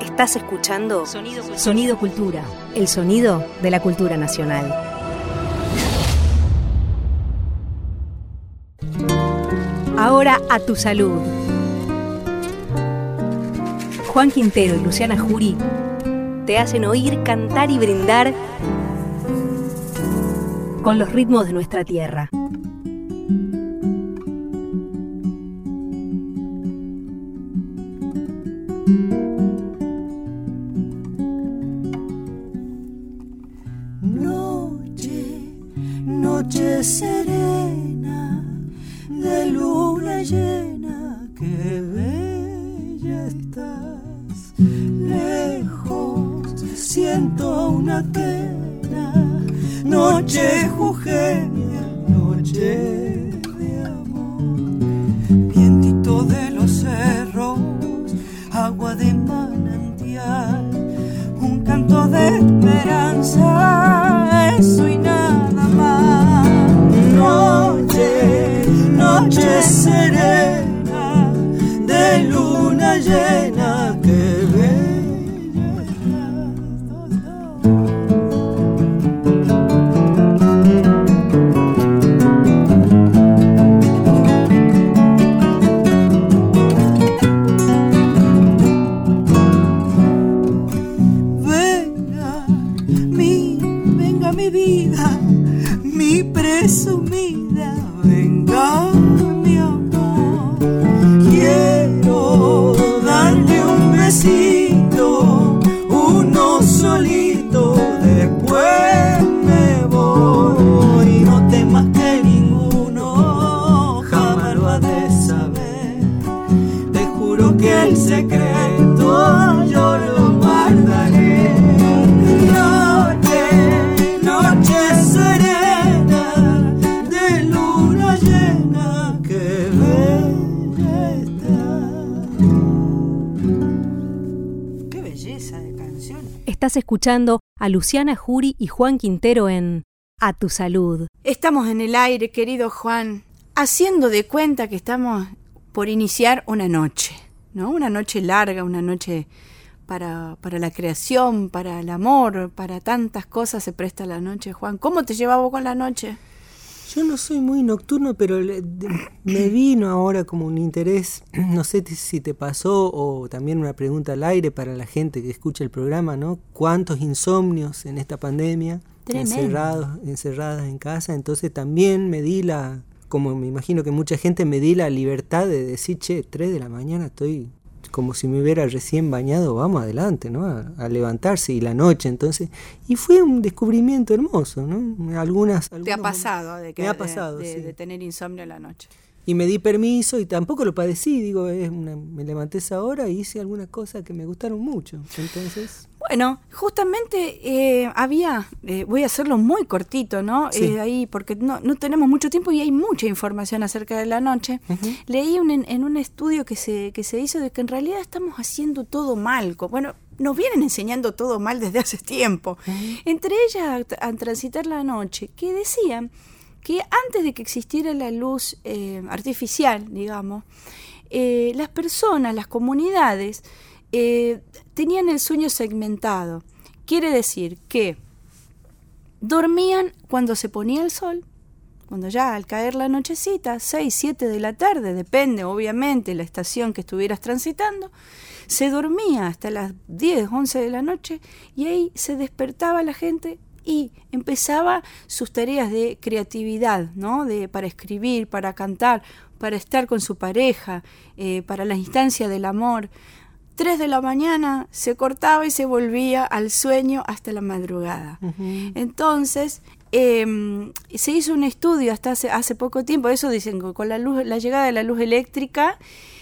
Estás escuchando Sonido Cultura, el sonido de la cultura nacional. Ahora a tu salud. Juan Quintero y Luciana Jury te hacen oír, cantar y brindar con los ritmos de nuestra tierra. Noche serena de luna llena, qué bella estás. Lejos siento una pena, noche jujeña, noche de amor. Vientito de los cerros, agua de manantial, un canto de esperanza, eso y nada más. Noche serena de luna llena, que bella venga mi vida, mi presumida, venga mi amor. Quiero darle un besito, uno solito, después me voy. No temas que ninguno jamás lo ha de saber. Te juro que el secreto yo lo guardaré. Noche serena de luna llena, que bella está. Qué belleza de canción. Estás escuchando a Luciana Jury y Juan Quintero en A tu Salud. Estamos en el aire, querido Juan, haciendo de cuenta que estamos por iniciar una noche, ¿no? Una noche larga, una noche para la creación, para el amor, para tantas cosas se presta la noche, Juan. ¿Cómo te llevas vos con la noche? Yo no soy muy nocturno, pero me vino ahora como un interés, no sé si te pasó, o también una pregunta al aire para la gente que escucha el programa, ¿no? ¿Cuántos insomnios en esta pandemia? Encerradas en casa. Entonces también me di como me imagino que mucha gente, me di la libertad de decir, 3 de la mañana estoy como si me hubiera recién bañado, vamos adelante, ¿no? A levantarse, y la noche, entonces, y fue un descubrimiento hermoso, ¿no? ¿Te ha pasado me ha pasado, de tener insomnio en la noche? Y me di permiso y tampoco lo padecí, digo, me levanté esa hora y hice algunas cosas que me gustaron mucho, entonces... Bueno, justamente voy a hacerlo muy cortito, ¿no? Sí. Ahí, porque no tenemos mucho tiempo y hay mucha información acerca de la noche. Uh-huh. Leí en un estudio que se hizo de que en realidad estamos haciendo todo mal. Bueno, nos vienen enseñando todo mal desde hace tiempo. Uh-huh. Entre ellas, a transitar la noche, que decían que antes de que existiera la luz artificial, digamos, las personas, las comunidades, tenían el sueño segmentado. Quiere decir que dormían cuando se ponía el sol, cuando ya al caer la nochecita, 6, 7 de la tarde, depende obviamente la estación que estuvieras transitando, se dormía hasta las 10, 11 de la noche y ahí se despertaba la gente y empezaba sus tareas de creatividad, ¿no? Para escribir, para cantar, para estar con su pareja, para la instancia del amor. 3 de la mañana se cortaba y se volvía al sueño hasta la madrugada. Uh-huh. Entonces, se hizo un estudio hasta hace poco tiempo, eso dicen, con la llegada de la luz eléctrica,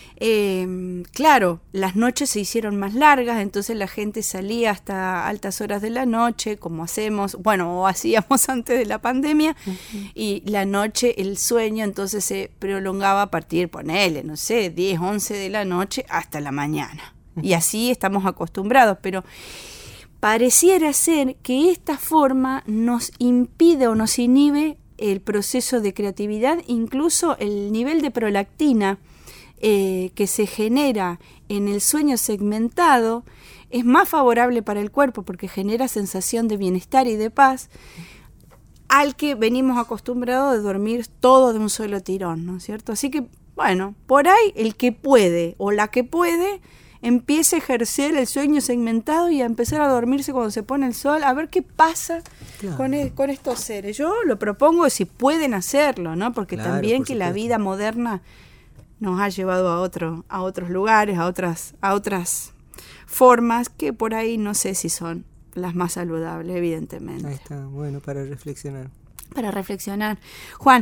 claro, las noches se hicieron más largas, entonces la gente salía hasta altas horas de la noche, como hacemos, o hacíamos antes de la pandemia, uh-huh. Y la noche, el sueño, entonces se prolongaba a partir, 10, 11 de la noche hasta la mañana. Y así estamos acostumbrados, pero pareciera ser que esta forma nos impide o nos inhibe el proceso de creatividad, incluso el nivel de prolactina que se genera en el sueño segmentado es más favorable para el cuerpo porque genera sensación de bienestar y de paz al que venimos acostumbrados de dormir todo de un solo tirón, ¿no es cierto? Así que, bueno, por ahí el que puede o la que puede empieza a ejercer el sueño segmentado y a empezar a dormirse cuando se pone el sol, a ver qué pasa con estos seres. Yo lo propongo si pueden hacerlo, ¿no? Porque también que la vida moderna nos ha llevado a otros lugares, a otras formas que por ahí no sé si son las más saludables, evidentemente. Ahí está, bueno, para reflexionar. Para reflexionar. Juan,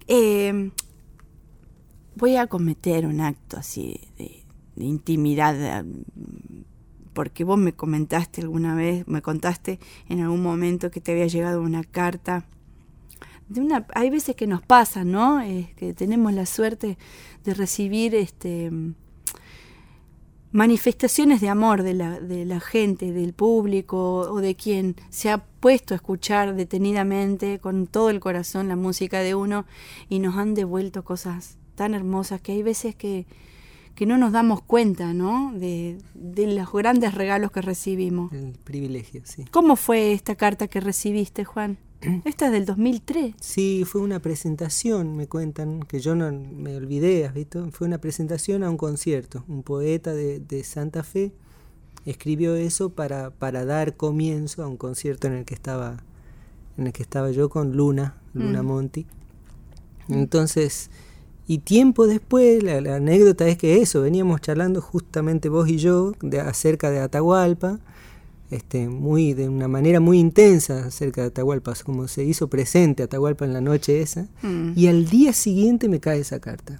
voy a cometer un acto así de intimidad, porque vos me contaste en algún momento que te había llegado una carta hay veces que nos pasa, ¿no? Que tenemos la suerte de recibir manifestaciones de amor de la gente, del público o de quien se ha puesto a escuchar detenidamente con todo el corazón la música de uno y nos han devuelto cosas tan hermosas que hay veces que no nos damos cuenta, ¿no? De los grandes regalos que recibimos. El privilegio, sí. ¿Cómo fue esta carta que recibiste, Juan? Esta es del 2003. Sí, fue una presentación, me cuentan, que yo no me olvidé, ¿has visto? Fue una presentación a un concierto. Un poeta de Santa Fe escribió eso para dar comienzo a un concierto en el que estaba yo con Luna Monti. Entonces, y tiempo después, la anécdota es que veníamos charlando justamente vos y yo acerca de Atahualpa, de una manera muy intensa acerca de Atahualpa, como se hizo presente Atahualpa en la noche esa, y al día siguiente me cae esa carta,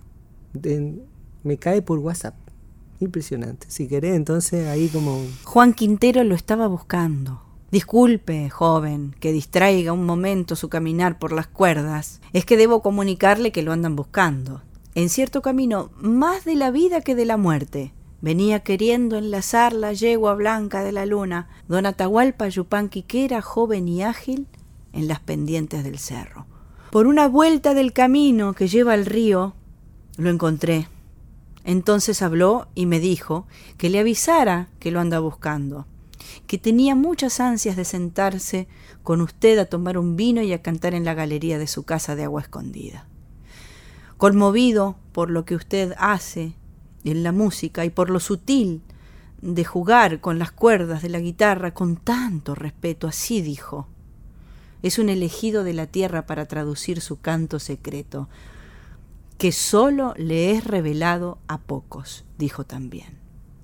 me cae por WhatsApp, impresionante. Si querés, entonces ahí como... Juan Quintero lo estaba buscando. Disculpe, joven, que distraiga un momento su caminar por las cuerdas. Es que debo comunicarle que lo andan buscando. En cierto camino, más de la vida que de la muerte. Venía queriendo enlazar la yegua blanca de la luna, don Atahualpa Yupanqui, que era joven y ágil en las pendientes del cerro. Por una vuelta del camino que lleva al río, lo encontré. Entonces habló y me dijo que le avisara que lo anda buscando, que tenía muchas ansias de sentarse con usted a tomar un vino y a cantar en la galería de su casa de Agua Escondida. Conmovido por lo que usted hace en la música y por lo sutil de jugar con las cuerdas de la guitarra con tanto respeto, así dijo. Es un elegido de la tierra para traducir su canto secreto, que solo le es revelado a pocos, dijo también.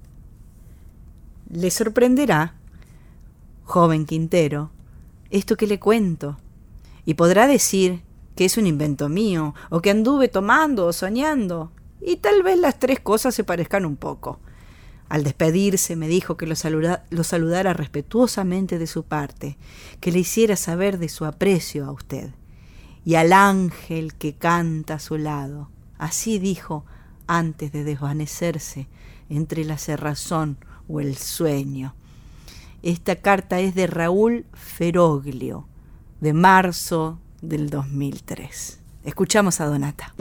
Le sorprenderá, joven Quintero, esto que le cuento, y podrá decir que es un invento mío, o que anduve tomando o soñando, y tal vez las tres cosas se parezcan un poco. Al despedirse me dijo que lo saludara respetuosamente de su parte, que le hiciera saber de su aprecio a usted, y al ángel que canta a su lado. Así dijo antes de desvanecerse entre la cerrazón o el sueño. Esta carta es de Raúl Feroglio, de marzo del 2003. Escuchamos a Donata.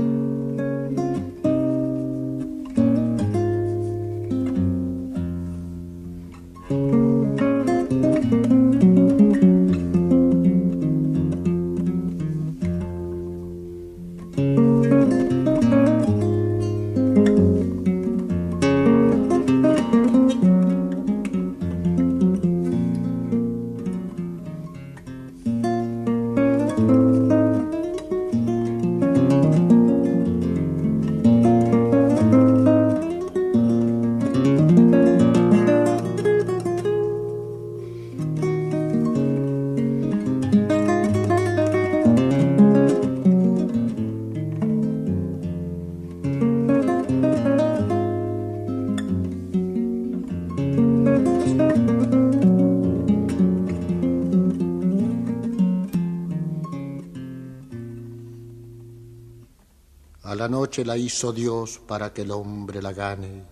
La noche la hizo Dios para que el hombre la gane,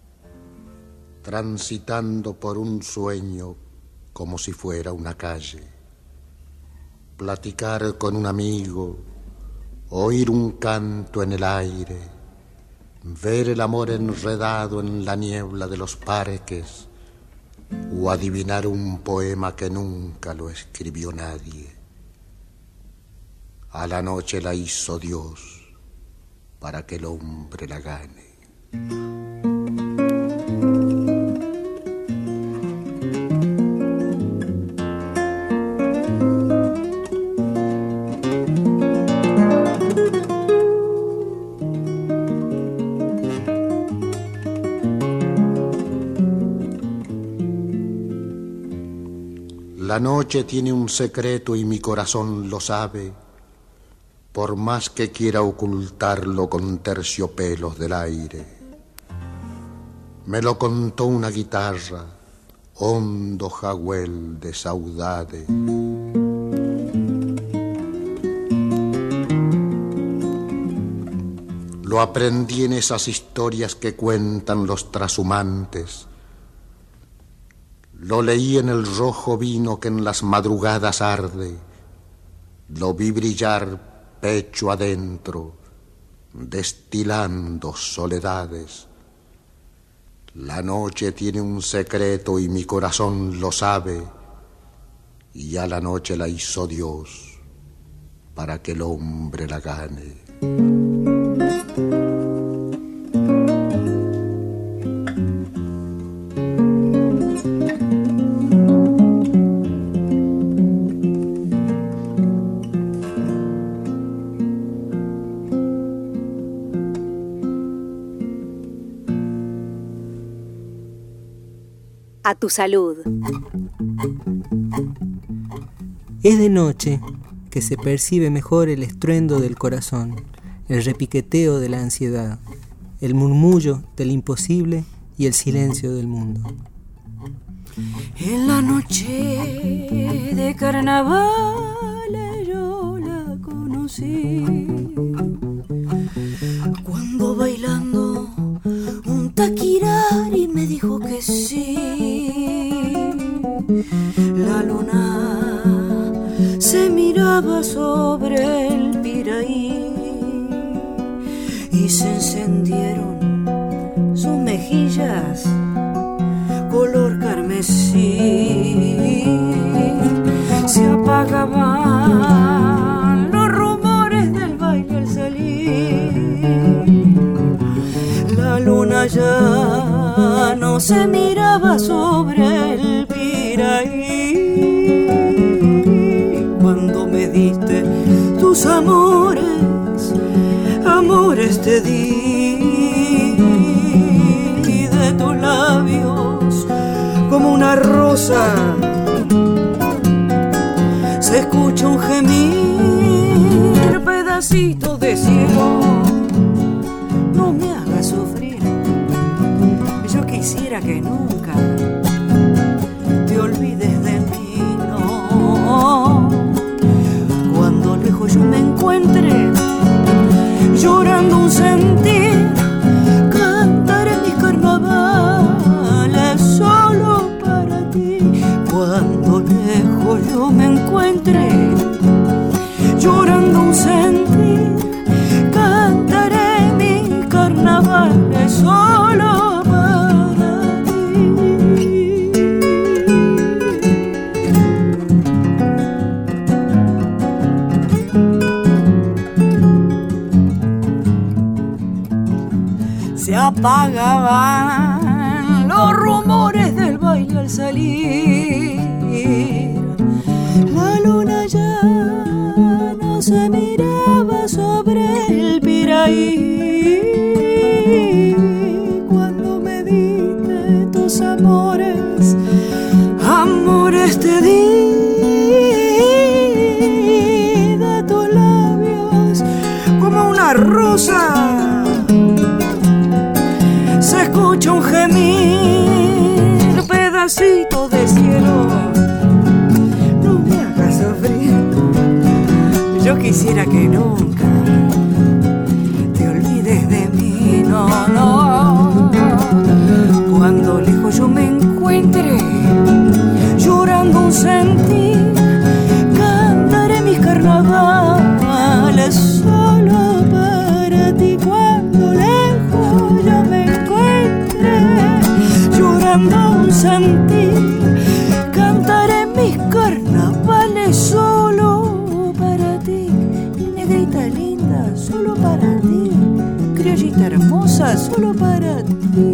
transitando por un sueño como si fuera una calle. Platicar con un amigo, oír un canto en el aire, ver el amor enredado en la niebla de los parques, o adivinar un poema que nunca lo escribió nadie. A la noche la hizo Dios para que el hombre la gane. La noche tiene un secreto y mi corazón lo sabe, por más que quiera ocultarlo con terciopelos del aire. Me lo contó una guitarra, hondo jagüel de saudade. Lo aprendí en esas historias que cuentan los trashumantes. Lo leí en el rojo vino que en las madrugadas arde. Lo vi brillar pecho adentro, destilando soledades. La noche tiene un secreto y mi corazón lo sabe, y a la noche la hizo Dios para que el hombre la gane. A tu salud. Es de noche que se percibe mejor el estruendo del corazón, el repiqueteo de la ansiedad, el murmullo del imposible y el silencio del mundo. En la noche de carnaval yo la conocí, cuando bailando un taquirari me dijo que sí. La luna se miraba sobre el Piraí y se encendieron sus mejillas color carmesí. Se apagaban los rumores del baile al salir. La luna ya no se miraba sobre el Piraí. Cuando me diste tus amores, amores te di, y de tus labios como una rosa se escucha un gemir, pedacito de cielo, no me hagas sufrir. Yo quisiera que nunca te olvides de mí, no. Cuando lejos yo me encuentre llorando un sentir, cantaré mis carnavales solo para ti. Cuando lejos yo me encuentre llorando un sentir, cantaré mis carnavales solo para ti. Se apagaban los rumores del baile al salir. La luna ya no se miraba sobre el Piraí. Cuando me diste tus amores, amores te di, de tus labios como una rosa se escucha un gemir, pedacito de cielo, no me hagas sufrir. Yo quisiera que nunca te olvides de mí, no, no. Cuando lejos yo me encuentre llorando un sentir, cantaré mis carnavales solo para ti. Cuando lejos buscando un sentir. Cantaré mis carnavales solo para ti, negrita linda, solo para ti, criollita hermosa, solo para ti.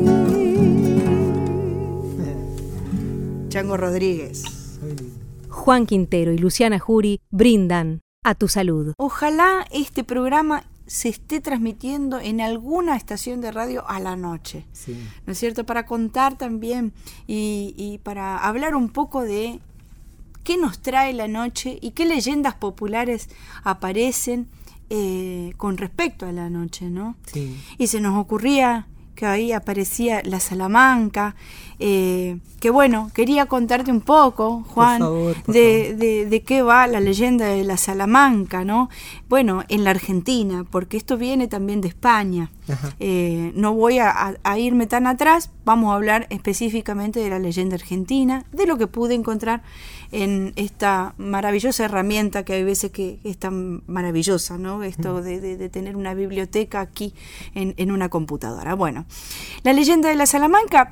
Chango Rodríguez. Juan Quintero y Luciana Jury brindan a tu salud. Ojalá este programa se esté transmitiendo en alguna estación de radio a la noche, Sí. ¿no es cierto? Para contar también y para hablar un poco de qué nos trae la noche y qué leyendas populares aparecen con respecto a la noche, ¿no? Sí. Y se nos ocurría que ahí aparecía la Salamanca, que bueno, quería contarte un poco, Juan, por favor. de qué va la leyenda de la Salamanca, ¿no? Bueno, en la Argentina, porque esto viene también de España. Ajá. No voy a irme tan atrás, vamos a hablar específicamente de la leyenda argentina, de lo que pude encontrar en esta maravillosa herramienta que hay veces que es tan maravillosa, ¿no? Esto de tener una biblioteca aquí en una computadora. Bueno, la leyenda de la Salamanca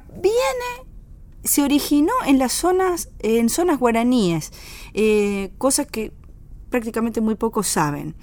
se originó en zonas guaraníes, cosas que prácticamente muy pocos saben.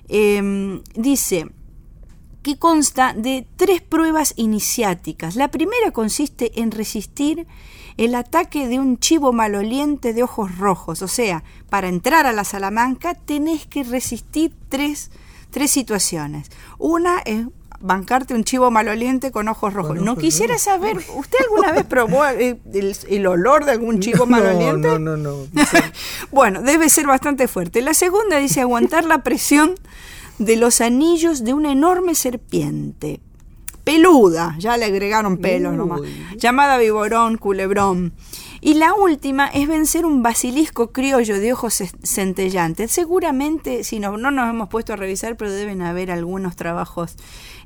Dice que consta de 3 pruebas iniciáticas. La primera consiste en resistir el ataque de un chivo maloliente de ojos rojos. O sea, para entrar a la Salamanca tenés que resistir tres situaciones. Una es bancarte un chivo maloliente con ojos rojos. No quisiera saber, ¿usted alguna vez probó el olor de algún chivo maloliente? No. Bueno, debe ser bastante fuerte. La segunda dice aguantar la presión de los anillos de una enorme serpiente peluda, ya le agregaron pelos nomás, llamada viborón, culebrón. Y la última es vencer un basilisco criollo de ojos centellantes. Seguramente, si no nos hemos puesto a revisar, pero deben haber algunos trabajos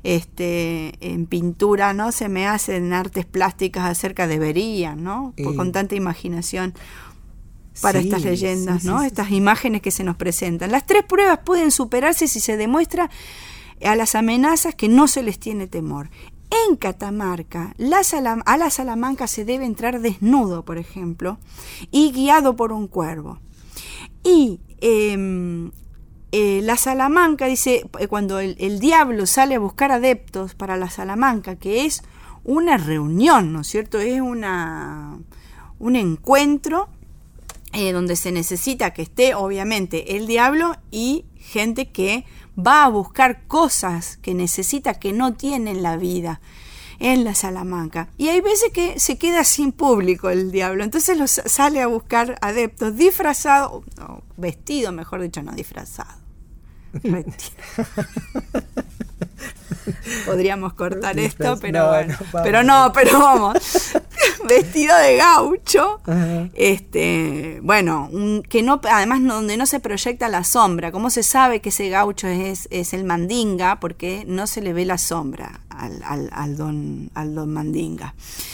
en pintura, ¿no? Se me hacen artes plásticas acerca, deberían, ¿no? Con tanta imaginación para estas leyendas, ¿no? Estas imágenes que se nos presentan. Las 3 pruebas pueden superarse si se demuestra a las amenazas que no se les tiene temor. En Catamarca, a la Salamanca se debe entrar desnudo, por ejemplo, y guiado por un cuervo. Y la Salamanca, dice, cuando el diablo sale a buscar adeptos para la Salamanca, que es una reunión, ¿no es cierto? Es un encuentro donde se necesita que esté, obviamente, el diablo y gente que va a buscar cosas que necesita que no tiene en la vida en la Salamanca. Y hay veces que se queda sin público el diablo, entonces sale a buscar adeptos disfrazados, no, vestido, mejor dicho, no disfrazado. Podríamos cortar esto, pero no, bueno, no, pero vamos, vestido de gaucho. Ajá. Bueno, que no, además donde no se proyecta la sombra. ¿Cómo se sabe que ese gaucho es el mandinga? Porque no se le ve la sombra al don mandinga.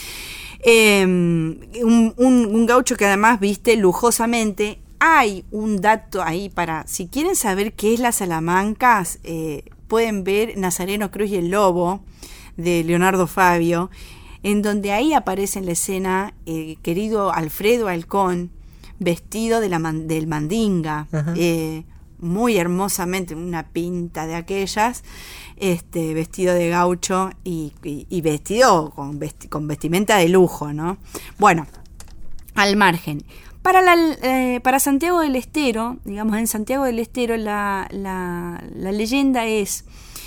Un gaucho que además viste lujosamente. Hay un dato ahí para, si quieren saber qué es la Salamanca, pueden ver Nazareno Cruz y el Lobo de Leonardo Fabio, en donde ahí aparece en la escena querido Alfredo Halcón, vestido del mandinga, muy hermosamente, una pinta de aquellas, vestido de gaucho y vestido con vestimenta de lujo, ¿no? Bueno, al margen. Para Santiago del Estero, digamos, en Santiago del Estero la leyenda es,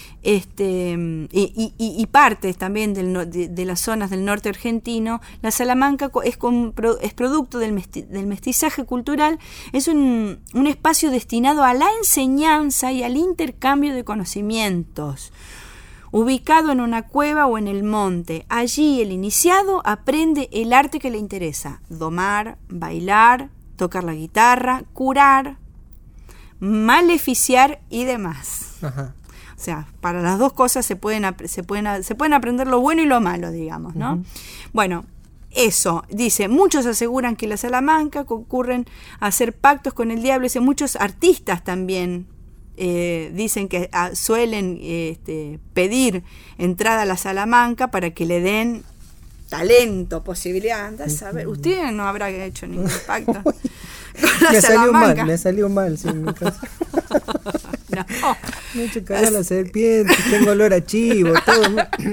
y partes también de las zonas del norte argentino, la Salamanca es producto del mestizaje cultural, es un espacio destinado a la enseñanza y al intercambio de conocimientos. Ubicado en una cueva o en el monte, allí el iniciado aprende el arte que le interesa: domar, bailar, tocar la guitarra, curar, maleficiar y demás. Ajá. O sea, para las dos cosas se pueden aprender lo bueno y lo malo, digamos, ¿no? Uh-huh. Bueno, eso, dice, muchos aseguran que la Salamanca concurren a hacer pactos con el diablo, dice, muchos artistas también dicen que suelen pedir entrada a la Salamanca para que le den talento, posibilidad. Anda a saber, usted no habrá hecho ningún pacto. Me salió mal, sí, en mi caso. No. Me he hecho cagar la serpiente, tengo olor a chivo, todo.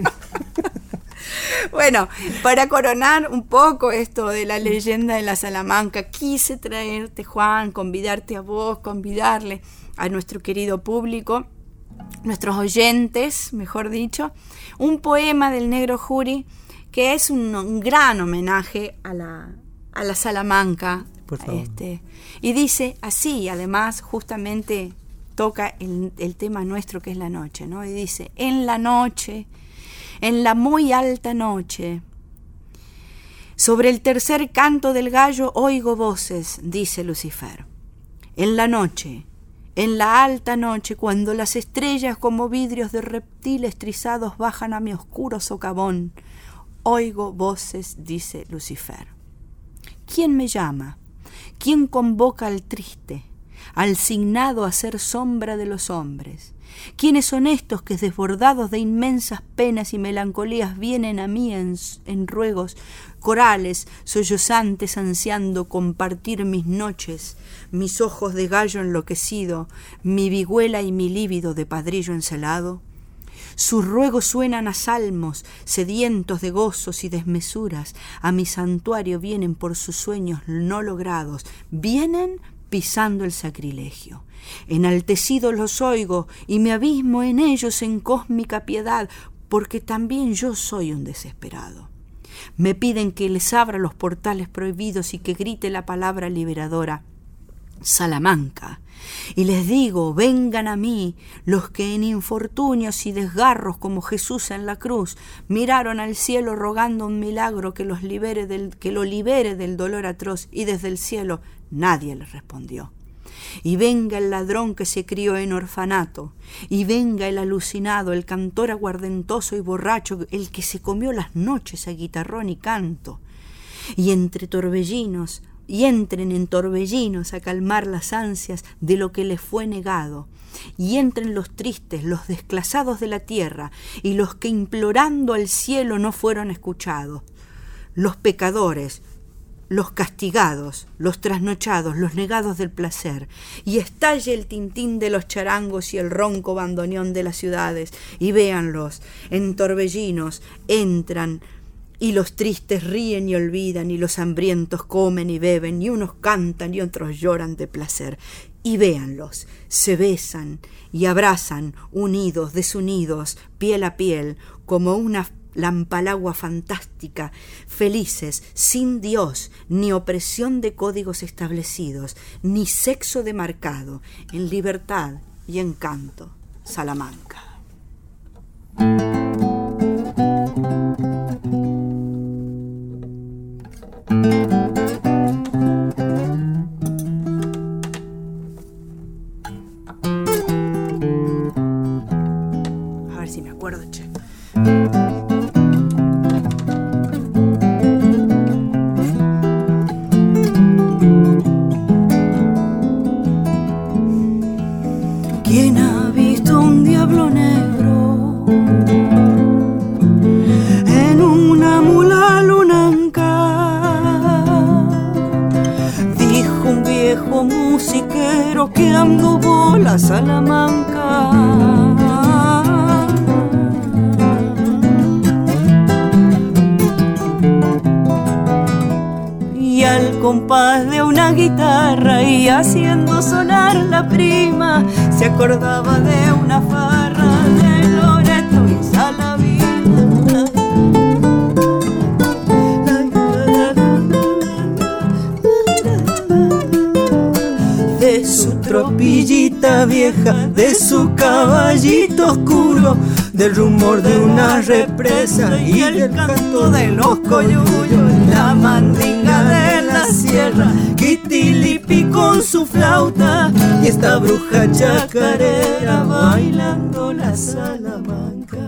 Bueno, para coronar un poco esto de la leyenda de la Salamanca, quise traerte, Juan, convidarte a vos, convidarle a nuestro querido público, nuestros oyentes, mejor dicho, un poema del Negro Jury que es un gran homenaje a la Salamanca. Por favor. Y dice así, además, justamente toca el tema nuestro que es la noche, ¿no? Y dice: en la noche, en la muy alta noche, sobre el tercer canto del gallo oigo voces, dice Lucifer. En la noche, en la alta noche, cuando las estrellas como vidrios de reptiles trizados bajan a mi oscuro socavón, oigo voces, dice Lucifer. ¿Quién me llama? ¿Quién convoca al triste, al signado a ser sombra de los hombres? ¿Quiénes son estos que desbordados de inmensas penas y melancolías vienen a mí en ruegos corales, sollozantes, ansiando compartir mis noches, mis ojos de gallo enloquecido, mi vihuela y mi lívido de padrillo encelado? Sus ruegos suenan a salmos, sedientos de gozos y desmesuras. A mi santuario vienen por sus sueños no logrados, vienen pisando el sacrilegio. Enaltecidos los oigo y me abismo en ellos en cósmica piedad, porque también yo soy un desesperado. Me piden que les abra los portales prohibidos y que grite la palabra liberadora: Salamanca. Y les digo: vengan a mí los que en infortunios y desgarros como Jesús en la cruz miraron al cielo rogando un milagro que lo libere del dolor atroz, y desde el cielo nadie les respondió. Y venga el ladrón que se crió en orfanato, y venga el alucinado, el cantor aguardentoso y borracho, el que se comió las noches a guitarrón y canto, y entren en torbellinos a calmar las ansias de lo que les fue negado, y entren los tristes, los desclasados de la tierra, y los que implorando al cielo no fueron escuchados, los pecadores, los castigados, los trasnochados, los negados del placer, y estalle el tintín de los charangos y el ronco bandoneón de las ciudades, y véanlos, en torbellinos entran, y los tristes ríen y olvidan, y los hambrientos comen y beben, y unos cantan y otros lloran de placer. Y véanlos, se besan y abrazan, unidos, desunidos, piel a piel, como una lampalagua fantástica, felices, sin Dios, ni opresión de códigos establecidos, ni sexo demarcado, en libertad y encanto. Salamanca. A ver si me acuerdo, che. ¿Quién ha visto un diablo negro en una mula lunanca? Dijo un viejo musiquero que anduvo la Salamanca. Y al compás de una guitarra y haciendo sonar la prima, se acordaba de una farra de Loreto y Salavina. De su tropillita vieja, de su caballito oscuro, del rumor de una represa y el canto de los coyullos, la mandinga de la sierra, Kitilipi con su flauta y esta bruja chacarera bailando la Salamanca.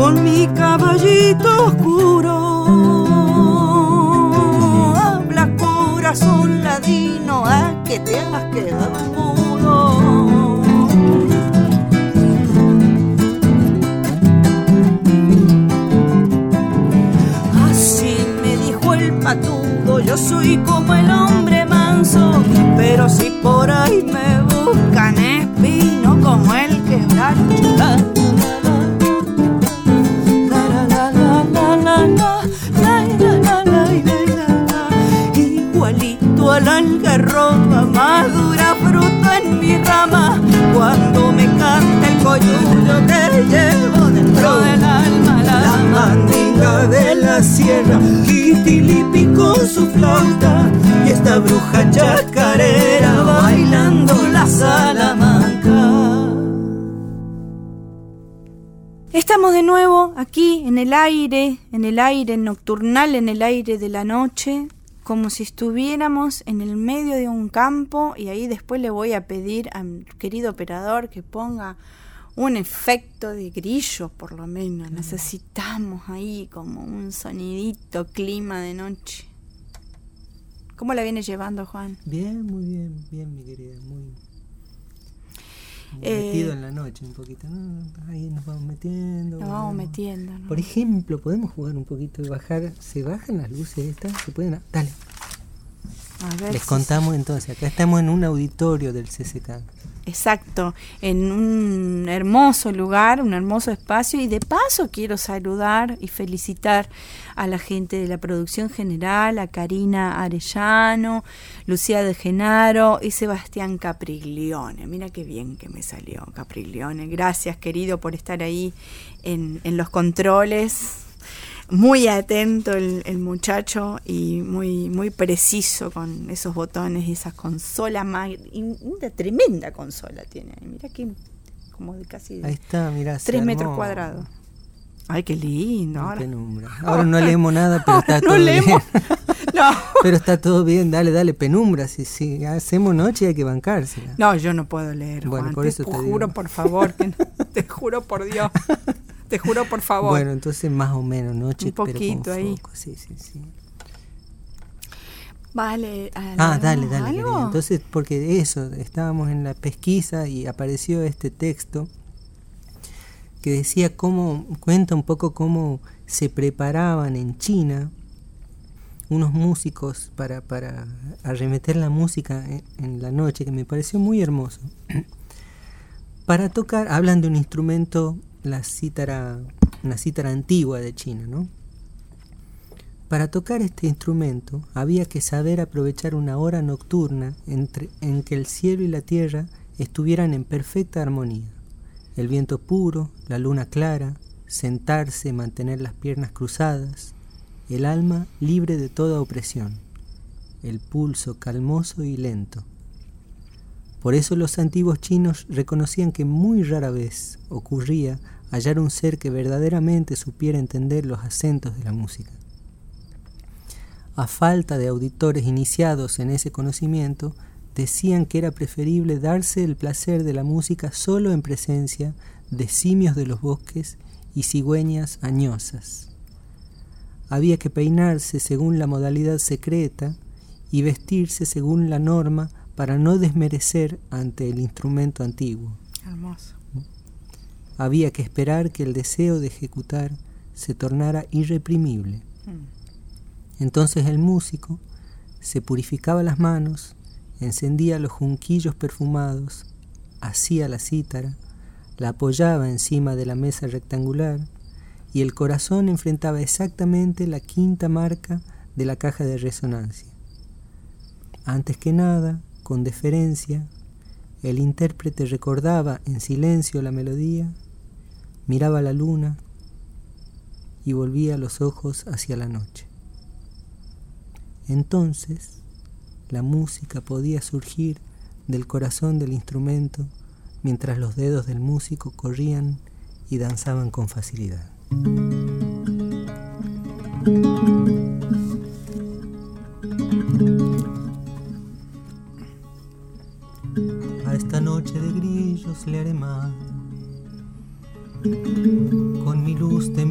con mi caballito oscuro. Habla corazón ladino, a que te has quedado mudo. Así me dijo el patudo, yo soy como el hombre manso, pero si por ahí me buscan espino como el quebracho. Igualito a la algarroba, madura fruta en mi rama, cuando me canta el coyuyo que llevo dentro del alma. La mandinga de la sierra, Quitilipi con su flauta, y esta bruja chacarera bailando la Salamanca. Estamos de nuevo aquí en el aire nocturnal, en el aire de la noche, como si estuviéramos en el medio de un campo, y ahí después le voy a pedir a mi querido operador que ponga un efecto de grillo, por lo menos. Necesitamos ahí como un sonidito, clima de noche. ¿Cómo la viene llevando, Juan? Bien, muy bien, mi querida, muy metido en la noche un poquito, ¿no? Ahí nos vamos metiendo. ¿No? Por ejemplo, podemos jugar un poquito de bajar. ¿Se bajan las luces estas? ¿Se pueden? Dale. A ver, Les contamos entonces. Acá estamos en un auditorio del CCK. Exacto, en un hermoso lugar, un hermoso espacio, y de paso quiero saludar y felicitar a la gente de la producción general, a Karina Arellano, Lucía de Genaro y Sebastián Capriglione. Mira qué bien que me salió, Capriglione. Gracias, querido, por estar ahí en los controles. Muy atento el muchacho y muy preciso con esos botones y esas consolas. Una tremenda consola tiene. Mira que como de casi ahí está, mirá, 3 metros cuadrados. Ay, qué lindo. Ahora no leemos nada, pero está todo bien. No. Pero está todo bien, dale, penumbra. Si hacemos noche hay que bancársela. No, yo no puedo leer, bueno, Juan. Por eso te juro, digo. por favor, que no, te juro por Dios. Te juro, por favor. Bueno, entonces más o menos noche, un poquito pero con ahí. foco. Sí. Vale. Dale. Entonces, porque eso, estábamos en la pesquisa y apareció este texto que decía cuenta un poco cómo se preparaban en China unos músicos para arremeter la música en la noche, que me pareció muy hermoso. Para tocar, hablan de un instrumento, una cítara antigua de China, ¿no? Para tocar este instrumento había que saber aprovechar una hora nocturna en que el cielo y la tierra estuvieran en perfecta armonía. El viento puro, la luna clara, sentarse, mantener las piernas cruzadas, el alma libre de toda opresión, el pulso calmoso y lento. Por eso los antiguos chinos reconocían que muy rara vez ocurría hallar un ser que verdaderamente supiera entender los acentos de la música. A falta de auditores iniciados en ese conocimiento, decían que era preferible darse el placer de la música solo en presencia de simios de los bosques y cigüeñas añosas. Había que peinarse según la modalidad secreta y vestirse según la norma para no desmerecer ante el instrumento antiguo. Hermoso. Había que esperar que el deseo de ejecutar se tornara irreprimible. Entonces el músico se purificaba las manos, encendía los junquillos perfumados, hacía la cítara, la apoyaba encima de la mesa rectangular y el corazón enfrentaba exactamente la quinta marca de la caja de resonancia. Antes que nada, con deferencia, el intérprete recordaba en silencio la melodía, miraba la luna y volvía los ojos hacia la noche. Entonces, la música podía surgir del corazón del instrumento mientras los dedos del músico corrían y danzaban con facilidad. A esta noche de grillos le haré mal, con mi luz de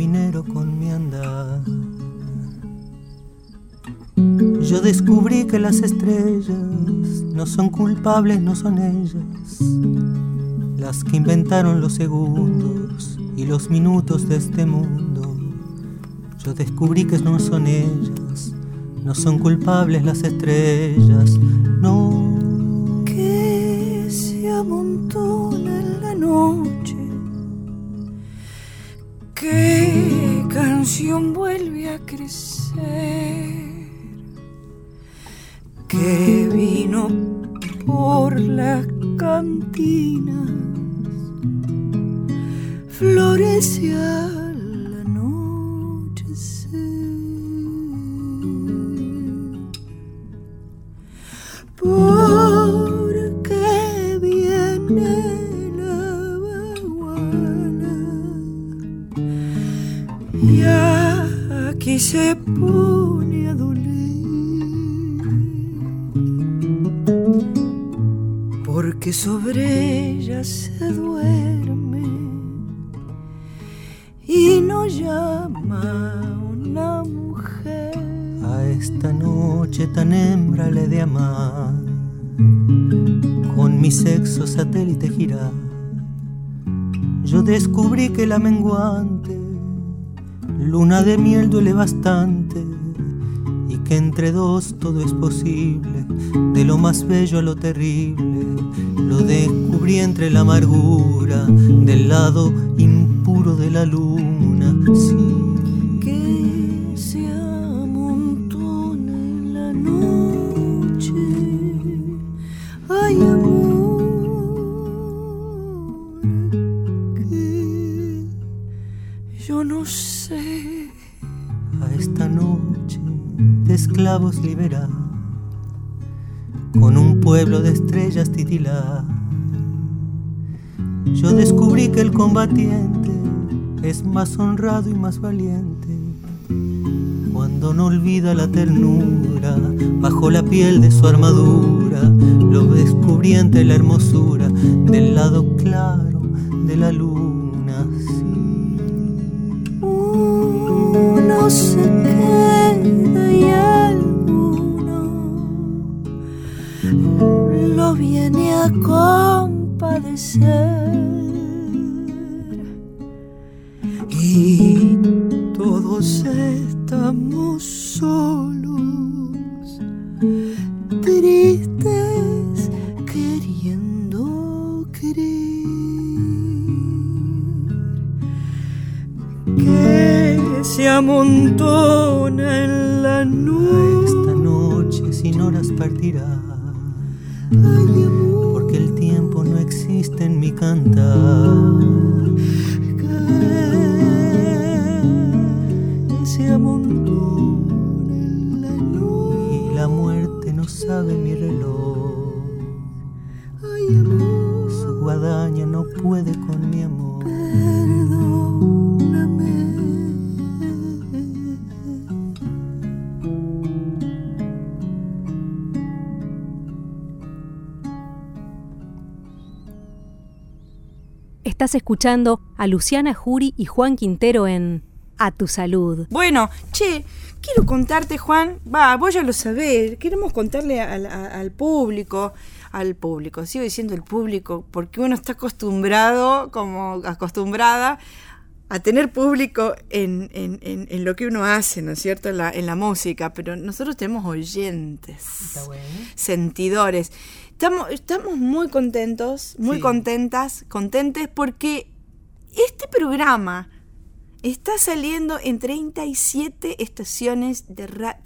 Yo descubrí que las estrellas no son culpables, no son ellas las que inventaron los segundos y los minutos de este mundo. Yo descubrí que no son ellas, no son culpables las estrellas, no. Que se amontona en la noche, qué canción vuelve a crecer, que vino por las cantinas, florece al anochecer, porque viene la baguala y aquí se pone a doler, porque sobre ella se duerme y no llama a una mujer. A esta noche tan hembra le de amar, con mi sexo satélite girar. Yo descubrí que la menguante luna de miel duele bastante, y que entre dos todo es posible, de lo más bello a lo terrible. Lo descubrí entre la amargura del lado impuro de la luna. Sí, que se amontona en la noche. Ay, amor, que yo no sé. A esta noche de esclavos liberar, con un pueblo de estrellas titilar. Yo descubrí que el combatiente es más honrado y más valiente cuando no olvida la ternura bajo la piel de su armadura. Lo descubrí entre la hermosura del lado claro de la luna. Sí. Uno se queda y alguno lo viene a compadecer, y todos estamos solos, tristes, queriendo querer, que se amontona en la noche. Esta noche sin horas partirá, Ay, amor, porque el tiempo no existe en mi cantar. que se amontona en la noche. Y la muerte no sabe mi reloj, Ay, amor, su guadaña no puede con mi amor. perdóname. Estás escuchando a Luciana Jury y Juan Quintero en A Tu Salud. Bueno, che, quiero contarte, Juan, vos ya lo sabés, queremos contarle al público, sigo diciendo el público, porque uno está acostumbrada a tener público en lo que uno hace, ¿no es cierto?, en la música, pero nosotros tenemos oyentes, Está bueno. sentidores. Estamos muy contentos, muy Sí. contentes, porque este programa está saliendo en 37 estaciones de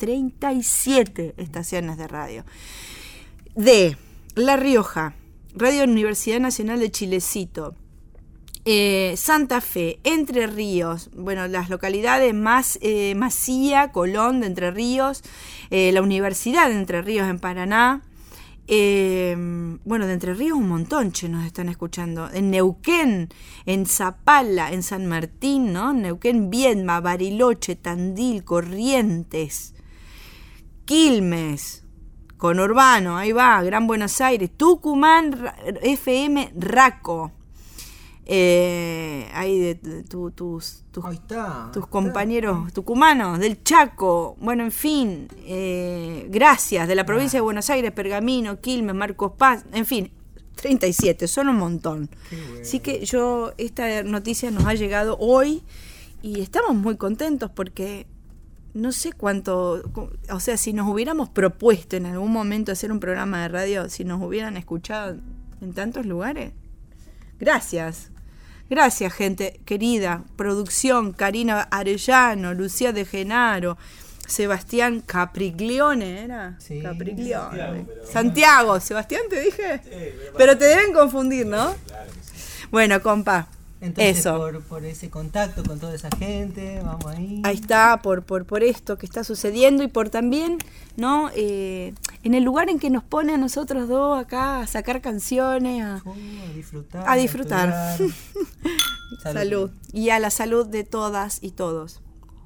radio. De La Rioja, Radio Universidad Nacional de Chilecito, Santa Fe, Entre Ríos, bueno, las localidades más Masía, Colón de Entre Ríos, la Universidad de Entre Ríos en Paraná. Bueno, de Entre Ríos un montón nos están escuchando. En Neuquén, en Zapala, en San Martín, ¿no? Neuquén, Viedma, Bariloche, Tandil, Corrientes, Quilmes, Conurbano, ahí va, Gran Buenos Aires, Tucumán, FM Raco. Ahí ahí de tus Ahí está, compañeros tucumanos, del Chaco, bueno, en fin, gracias, de la provincia de Buenos Aires, Pergamino, Quilmes, Marcos Paz, en fin, 37, son un montón. Bueno. Así que esta noticia nos ha llegado hoy y estamos muy contentos porque no sé cuánto, o sea, si nos hubiéramos propuesto en algún momento hacer un programa de radio, si nos hubieran escuchado en tantos lugares. Gracias, gente querida, producción, Karina Arellano, Lucía de Genaro, Sebastián Capriglione, ¿era? Sí, Capriglione. Santiago, Sebastián te dije, pero te deben confundir, ¿no? Claro que sí. Bueno, compa. Entonces, eso. por ese contacto con toda esa gente, vamos ahí. Ahí está, por esto que está sucediendo y por también, ¿no? En el lugar en que nos pone a nosotros dos acá a sacar canciones, a disfrutar. a disfrutar. Salud. Y a la salud de todas y todos.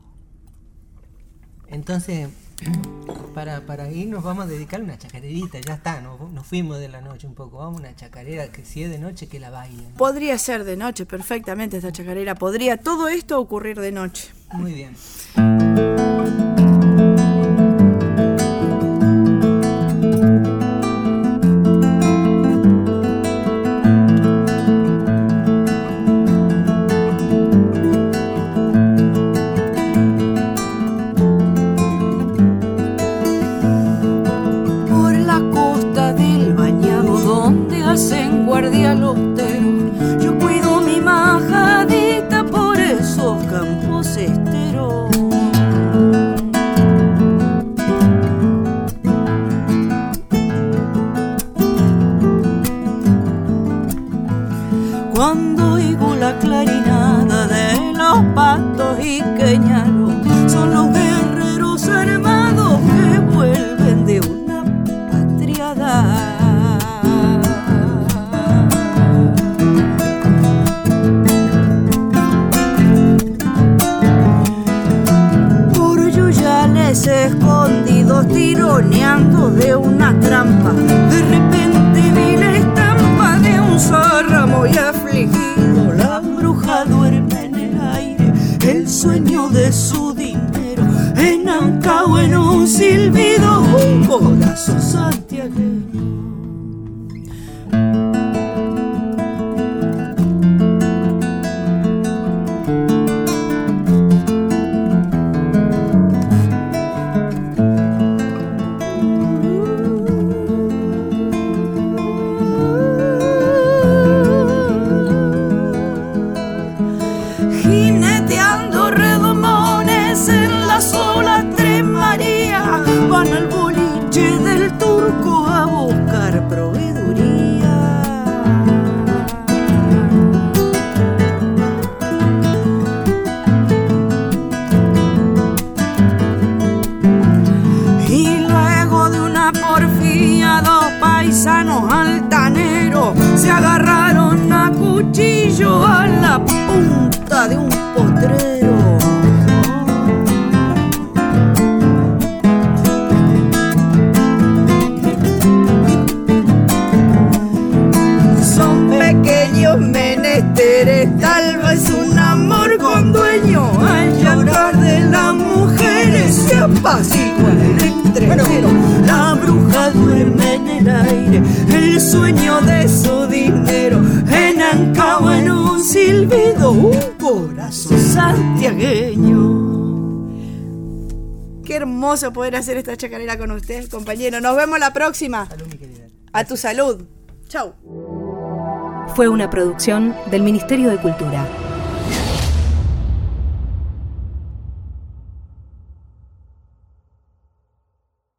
Entonces, para ir nos vamos a dedicar a una chacarerita, ya está, nos fuimos de la noche un poco, vamos a una chacarera que si es de noche que la bailen. Podría ser de noche perfectamente esta chacarera, podría todo esto ocurrir de noche. Muy bien. En guardia lostero, yo cuido mi majadita por esos campos esteros. Cuando oigo la clarinada de los patos y queñalos, son los guerreros armados que vuelven de una patriada. Escondidos tironeando de una trampa, de repente vi la estampa de un zorro muy afligido. La bruja duerme en el aire, el sueño de su dinero, enancao en un silbido, un corazón santiagueño. Se agarraron a cuchillo a la punta de un potrero. Son pequeños menesteres, tal vez un amor con dueño. Al llorar de las mujeres se apacigua el entrevero. La bruja duerme en el aire, el sueño de su dinero, enancao en un silbido, un corazón santiagueño. Qué hermoso poder hacer esta chacarera con usted, compañero. Nos vemos la próxima. Salud, mi querida. A tu salud. Chau. Fue una producción del Ministerio de Cultura.